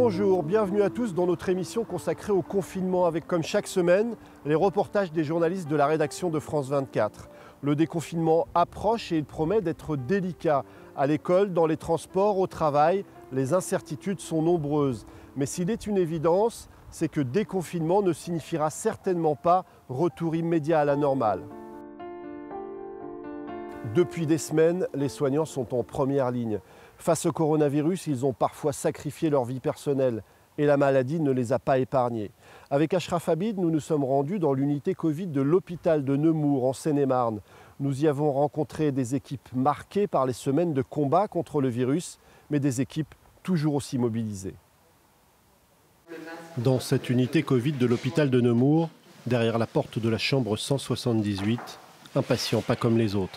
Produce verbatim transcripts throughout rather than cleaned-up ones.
Bonjour, bienvenue à tous dans notre émission consacrée au confinement avec, comme chaque semaine, les reportages des journalistes de la rédaction de France vingt-quatre. Le déconfinement approche et il promet d'être délicat. À l'école, dans les transports, au travail, les incertitudes sont nombreuses. Mais s'il est une évidence, c'est que déconfinement ne signifiera certainement pas retour immédiat à la normale. Depuis des semaines, les soignants sont en première ligne. Face au coronavirus, ils ont parfois sacrifié leur vie personnelle et la maladie ne les a pas épargnés. Avec Ashraf Habib, nous nous sommes rendus dans l'unité Covid de l'hôpital de Nemours, en Seine-et-Marne. Nous y avons rencontré des équipes marquées par les semaines de combat contre le virus, mais des équipes toujours aussi mobilisées. Dans cette unité Covid de l'hôpital de Nemours, derrière la porte de la chambre cent soixante-dix-huit, un patient pas comme les autres.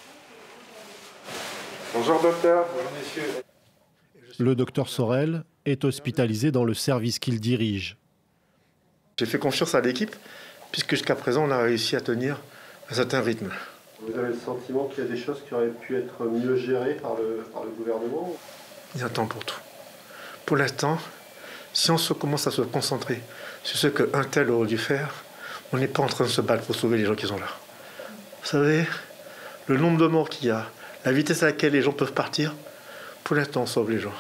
Bonjour docteur. Bonjour messieurs. Le docteur Sorel est hospitalisé dans le service qu'il dirige. J'ai fait confiance à l'équipe puisque jusqu'à présent on a réussi à tenir un certain rythme. Vous avez le sentiment qu'il y a des choses qui auraient pu être mieux gérées par le, par le gouvernement? Il y a un temps pour tout. Pour l'instant, si on se commence à se concentrer sur ce qu'un tel aurait dû faire, on n'est pas en train de se battre pour sauver les gens qui sont là. Vous savez, le nombre de morts qu'il y a, la vitesse à laquelle les gens peuvent partir, pour l'instant on sauve les gens.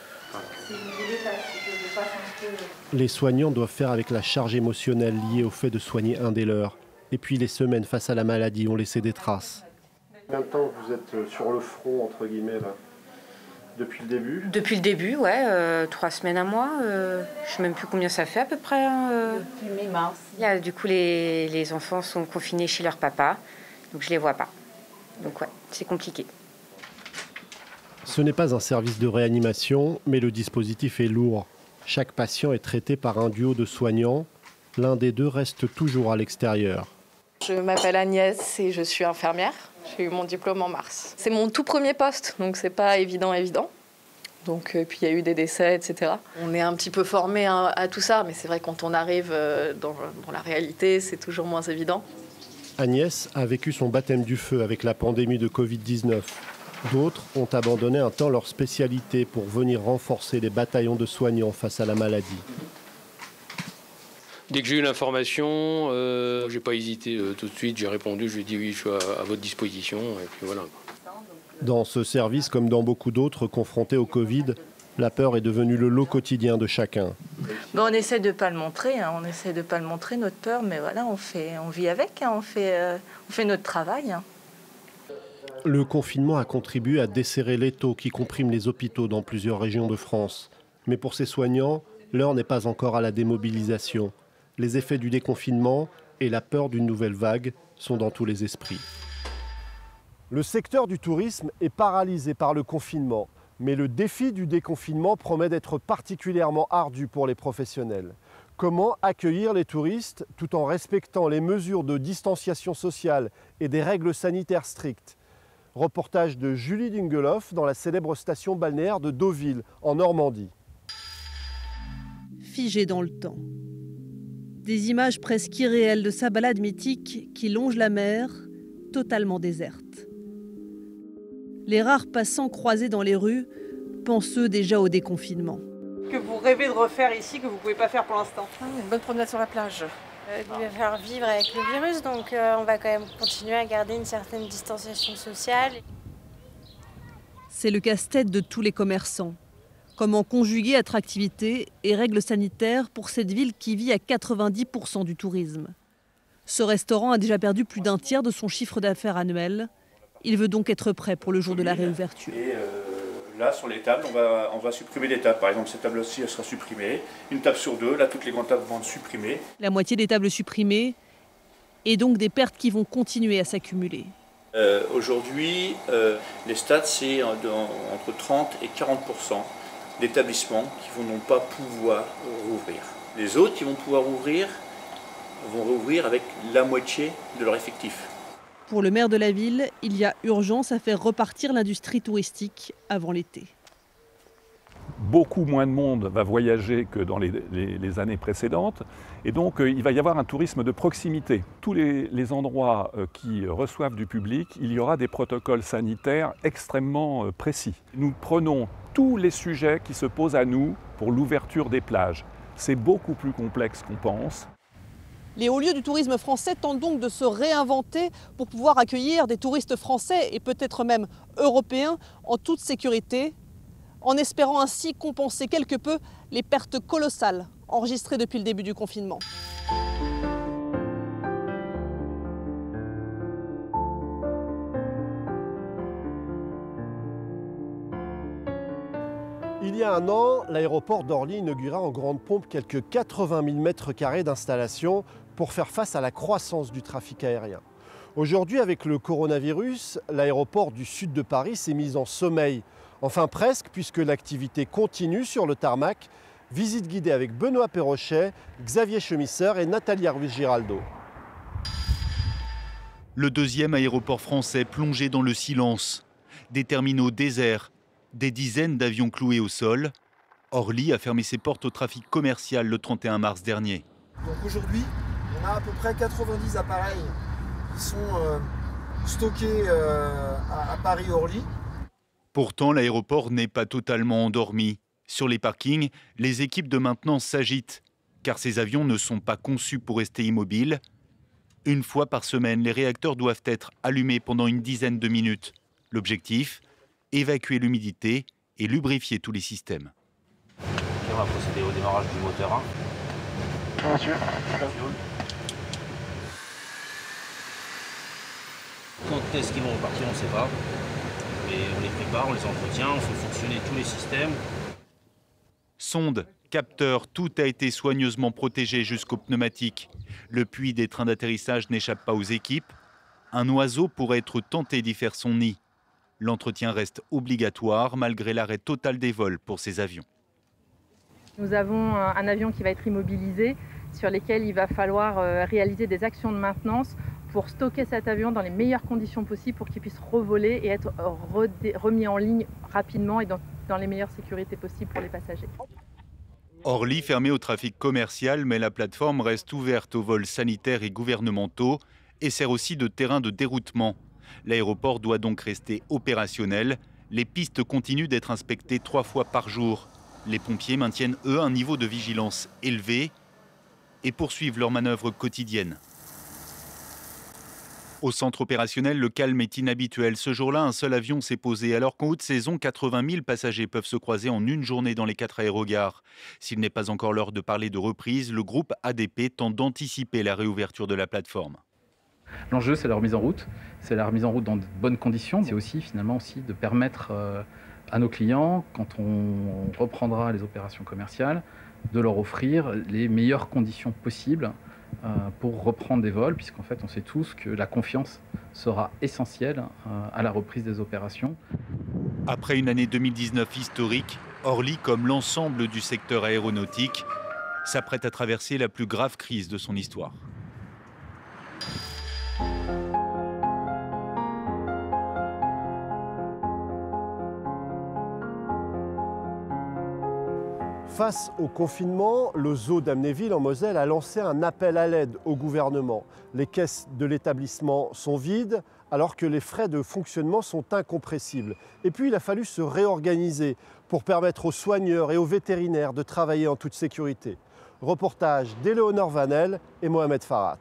Les soignants doivent faire avec la charge émotionnelle liée au fait de soigner un des leurs. Et puis les semaines face à la maladie ont laissé des traces. Combien de temps vous êtes sur le front, entre guillemets, là? Depuis le début? Depuis le début, ouais, euh, trois semaines à mois. Euh, je ne sais même plus combien ça fait à peu près. Hein, euh. Depuis mi-mars. Là, du coup, les, les enfants sont confinés chez leur papa, donc je ne les vois pas. Donc ouais, c'est compliqué. Ce n'est pas un service de réanimation, mais le dispositif est lourd. Chaque patient est traité par un duo de soignants. L'un des deux reste toujours à l'extérieur. Je m'appelle Agnès et je suis infirmière. J'ai eu mon diplôme en mars. C'est mon tout premier poste, donc c'est pas évident, évident. Donc, euh, puis il y a eu des décès, et cetera. On est un petit peu formé à, à tout ça, mais c'est vrai que quand on arrive euh, dans, dans la réalité, c'est toujours moins évident. Agnès a vécu son baptême du feu avec la pandémie de Covid dix-neuf. D'autres ont abandonné un temps leur spécialité pour venir renforcer les bataillons de soignants face à la maladie. Dès que j'ai eu l'information, euh, j'ai pas hésité euh, tout de suite, j'ai répondu, je lui ai dit oui, je suis à, à votre disposition, et puis voilà. Dans ce service, comme dans beaucoup d'autres confrontés au Covid, la peur est devenue le lot quotidien de chacun. Bon, on essaie de ne pas le montrer, hein. on essaie de ne pas le montrer, notre peur, mais voilà, on, fait, on vit avec, hein. on, fait, euh, on fait notre travail. Hein. Le confinement a contribué à desserrer l'étau qui comprime les hôpitaux dans plusieurs régions de France. Mais pour ces soignants, l'heure n'est pas encore à la démobilisation. Les effets du déconfinement et la peur d'une nouvelle vague sont dans tous les esprits. Le secteur du tourisme est paralysé par le confinement. Mais le défi du déconfinement promet d'être particulièrement ardu pour les professionnels. Comment accueillir les touristes tout en respectant les mesures de distanciation sociale et des règles sanitaires strictes? Reportage de Julie Dingeloff dans la célèbre station balnéaire de Deauville, en Normandie. Figé dans le temps. Des images presque irréelles de sa balade mythique qui longe la mer, totalement déserte. Les rares passants croisés dans les rues, penseux déjà au déconfinement. Que vous rêvez de refaire ici, que vous ne pouvez pas faire pour l'instant? Une bonne promenade sur la plage. Euh, de faire vivre avec le virus, donc euh, on va quand même continuer à garder une certaine distanciation sociale. C'est le casse-tête de tous les commerçants. Comment conjuguer attractivité et règles sanitaires pour cette ville qui vit à quatre-vingt-dix pour cent du tourisme? Ce restaurant a déjà perdu plus d'un tiers de son chiffre d'affaires annuel. Il veut donc être prêt pour le jour de la réouverture. Et euh, là, sur les tables, on va, on va supprimer des tables. Par exemple, cette table-ci, elle sera supprimée. Une table sur deux, là, toutes les grandes tables vont être supprimées. La moitié des tables supprimées et donc des pertes qui vont continuer à s'accumuler. Euh, Aujourd'hui, euh, les stats, c'est entre trente et quarante pour cent d'établissements qui ne vont donc pas pouvoir rouvrir. Les autres qui vont pouvoir ouvrir vont rouvrir avec la moitié de leur effectif. Pour le maire de la ville, il y a urgence à faire repartir l'industrie touristique avant l'été. beaucoup moins de monde va voyager que dans les, les, les années précédentes. Et donc, euh, il va y avoir un tourisme de proximité. Tous les, les endroits euh, qui reçoivent du public, il y aura des protocoles sanitaires extrêmement euh, précis. Nous prenons tous les sujets qui se posent à nous pour l'ouverture des plages. C'est beaucoup plus complexe qu'on pense. Les hauts lieux du tourisme français tentent donc de se réinventer pour pouvoir accueillir des touristes français et peut-être même européens en toute sécurité, en espérant ainsi compenser quelque peu les pertes colossales enregistrées depuis le début du confinement. Il y a un an, l'aéroport d'Orly inaugura en grande pompe quelques quatre-vingt mille mètres carrés d'installation pour faire face à la croissance du trafic aérien. Aujourd'hui, avec le coronavirus, l'aéroport du sud de Paris s'est mis en sommeil. Enfin presque, puisque l'activité continue sur le tarmac. Visite guidée avec Benoît Perrochet, Xavier Chemisseur et Nathalie Arvis-Giraldo. Le deuxième aéroport français plongé dans le silence. Des terminaux déserts, des dizaines d'avions cloués au sol. Orly a fermé ses portes au trafic commercial le trente et un mars dernier. Donc aujourd'hui, on a à peu près quatre-vingt-dix appareils qui sont euh, stockés euh, à, à Paris-Orly. Pourtant, l'aéroport n'est pas totalement endormi. Sur les parkings, les équipes de maintenance s'agitent, car ces avions ne sont pas conçus pour rester immobiles. Une fois par semaine, les réacteurs doivent être allumés pendant une dizaine de minutes. L'objectif, évacuer l'humidité et lubrifier tous les systèmes. On va procéder au démarrage du moteur un. Bien sûr. Quand est-ce qu'ils vont repartir, on ne sait pas. Mais on les prépare, on les entretient, on fait fonctionner tous les systèmes. Sondes, capteurs, tout a été soigneusement protégé jusqu'aux pneumatiques. Le puits des trains d'atterrissage n'échappe pas aux équipes. Un oiseau pourrait être tenté d'y faire son nid. L'entretien reste obligatoire malgré l'arrêt total des vols pour ces avions. Nous avons un avion qui va être immobilisé, sur lesquels il va falloir réaliser des actions de maintenance pour stocker cet avion dans les meilleures conditions possibles pour qu'il puisse revoler et être remis en ligne rapidement et dans, dans les meilleures sécurités possibles pour les passagers. Orly fermé au trafic commercial, mais la plateforme reste ouverte aux vols sanitaires et gouvernementaux et sert aussi de terrain de déroutement. L'aéroport doit donc rester opérationnel. Les pistes continuent d'être inspectées trois fois par jour. Les pompiers maintiennent, eux, un niveau de vigilance élevé et poursuivent leurs manœuvres quotidiennes. Au centre opérationnel, le calme est inhabituel. Ce jour-là, un seul avion s'est posé, alors qu'en haute saison, quatre-vingt mille passagers peuvent se croiser en une journée dans les quatre aérogares. S'il n'est pas encore l'heure de parler de reprise, le groupe A D P tente d'anticiper la réouverture de la plateforme. L'enjeu, c'est la remise en route. C'est la remise en route dans de bonnes conditions. C'est aussi, finalement, aussi de permettre euh, à nos clients, quand on reprendra les opérations commerciales, de leur offrir les meilleures conditions possibles euh, pour reprendre des vols, puisqu'en fait, on sait tous que la confiance sera essentielle euh, à la reprise des opérations. Après une année deux mille dix-neuf historique, Orly, comme l'ensemble du secteur aéronautique, s'apprête à traverser la plus grave crise de son histoire. Face au confinement, le zoo d'Amnéville en Moselle a lancé un appel à l'aide au gouvernement. Les caisses de l'établissement sont vides alors que les frais de fonctionnement sont incompressibles. Et puis il a fallu se réorganiser pour permettre aux soigneurs et aux vétérinaires de travailler en toute sécurité. Reportage d'Éléonore Vanel et Mohamed Farhat.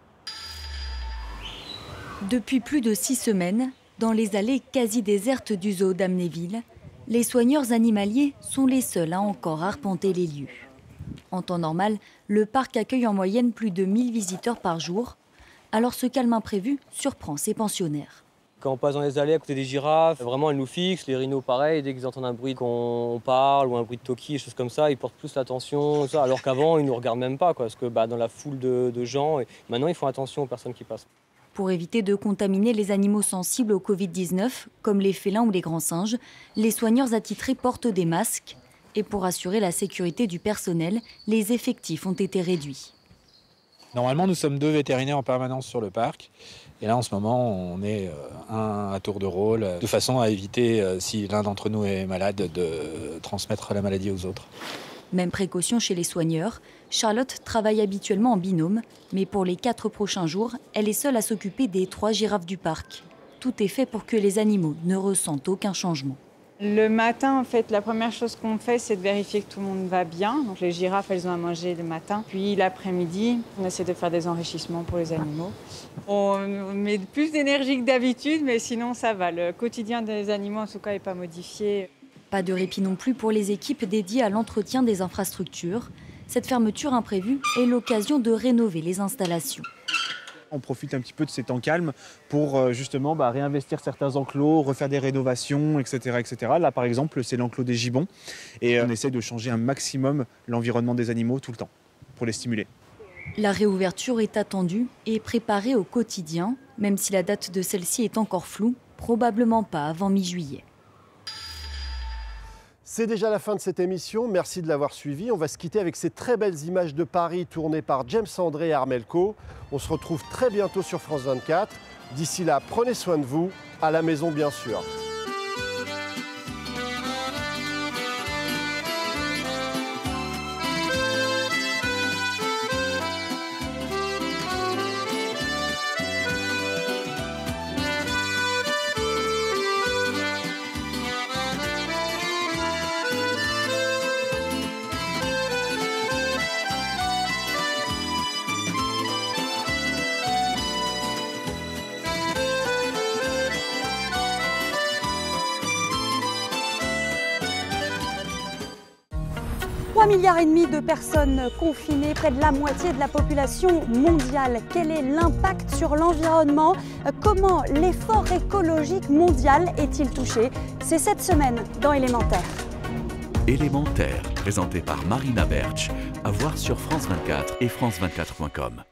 Depuis plus de six semaines, dans les allées quasi désertes du zoo d'Amnéville, les soigneurs animaliers sont les seuls à encore arpenter les lieux. En temps normal, le parc accueille en moyenne plus de mille visiteurs par jour. Alors ce calme imprévu surprend ses pensionnaires. Quand on passe dans les allées à côté des girafes, vraiment elles nous fixent, les rhinos pareil, dès qu'ils entendent un bruit qu'on parle ou un bruit de toki, des choses comme ça, ils portent plus l'attention, alors qu'avant ils ne nous regardent même pas, quoi, parce que bah, dans la foule de, de gens, et maintenant ils font attention aux personnes qui passent. Pour éviter de contaminer les animaux sensibles au Covid dix-neuf, comme les félins ou les grands singes, les soigneurs attitrés portent des masques. Et pour assurer la sécurité du personnel, les effectifs ont été réduits. Normalement, nous sommes deux vétérinaires en permanence sur le parc. Et là, en ce moment, on est un à tour de rôle, de façon à éviter, si l'un d'entre nous est malade, de transmettre la maladie aux autres. Même précaution chez les soigneurs. Charlotte travaille habituellement en binôme, mais pour les quatre prochains jours, elle est seule à s'occuper des trois girafes du parc. Tout est fait pour que les animaux ne ressentent aucun changement. Le matin, en fait, la première chose qu'on fait, c'est de vérifier que tout le monde va bien. Donc les girafes, elles ont à manger le matin. Puis l'après-midi, on essaie de faire des enrichissements pour les animaux. On met plus d'énergie que d'habitude, mais sinon ça va. Le quotidien des animaux, en tout cas, n'est pas modifié. Pas de répit non plus pour les équipes dédiées à l'entretien des infrastructures. Cette fermeture imprévue est l'occasion de rénover les installations. On profite un petit peu de ces temps calmes pour justement bah, réinvestir certains enclos, refaire des rénovations, et cetera, et cetera. Là, par exemple, c'est l'enclos des gibbons. Et on essaie de changer un maximum l'environnement des animaux tout le temps pour les stimuler. La réouverture est attendue et préparée au quotidien, même si la date de celle-ci est encore floue, probablement pas avant mi-juillet. C'est déjà la fin de cette émission, merci de l'avoir suivi. On va se quitter avec ces très belles images de Paris tournées par James André et Armel Co. On se retrouve très bientôt sur France vingt-quatre. D'ici là, prenez soin de vous, à la maison bien sûr. trois milliards et demi de personnes confinées, près de la moitié de la population mondiale. Quel est l'impact sur l'environnement? Comment l'effort écologique mondial est-il touché? C'est cette semaine dans Élémentaire. Élémentaire, présenté par Marina Bertsch, à voir sur France vingt-quatre et France vingt-quatre point com.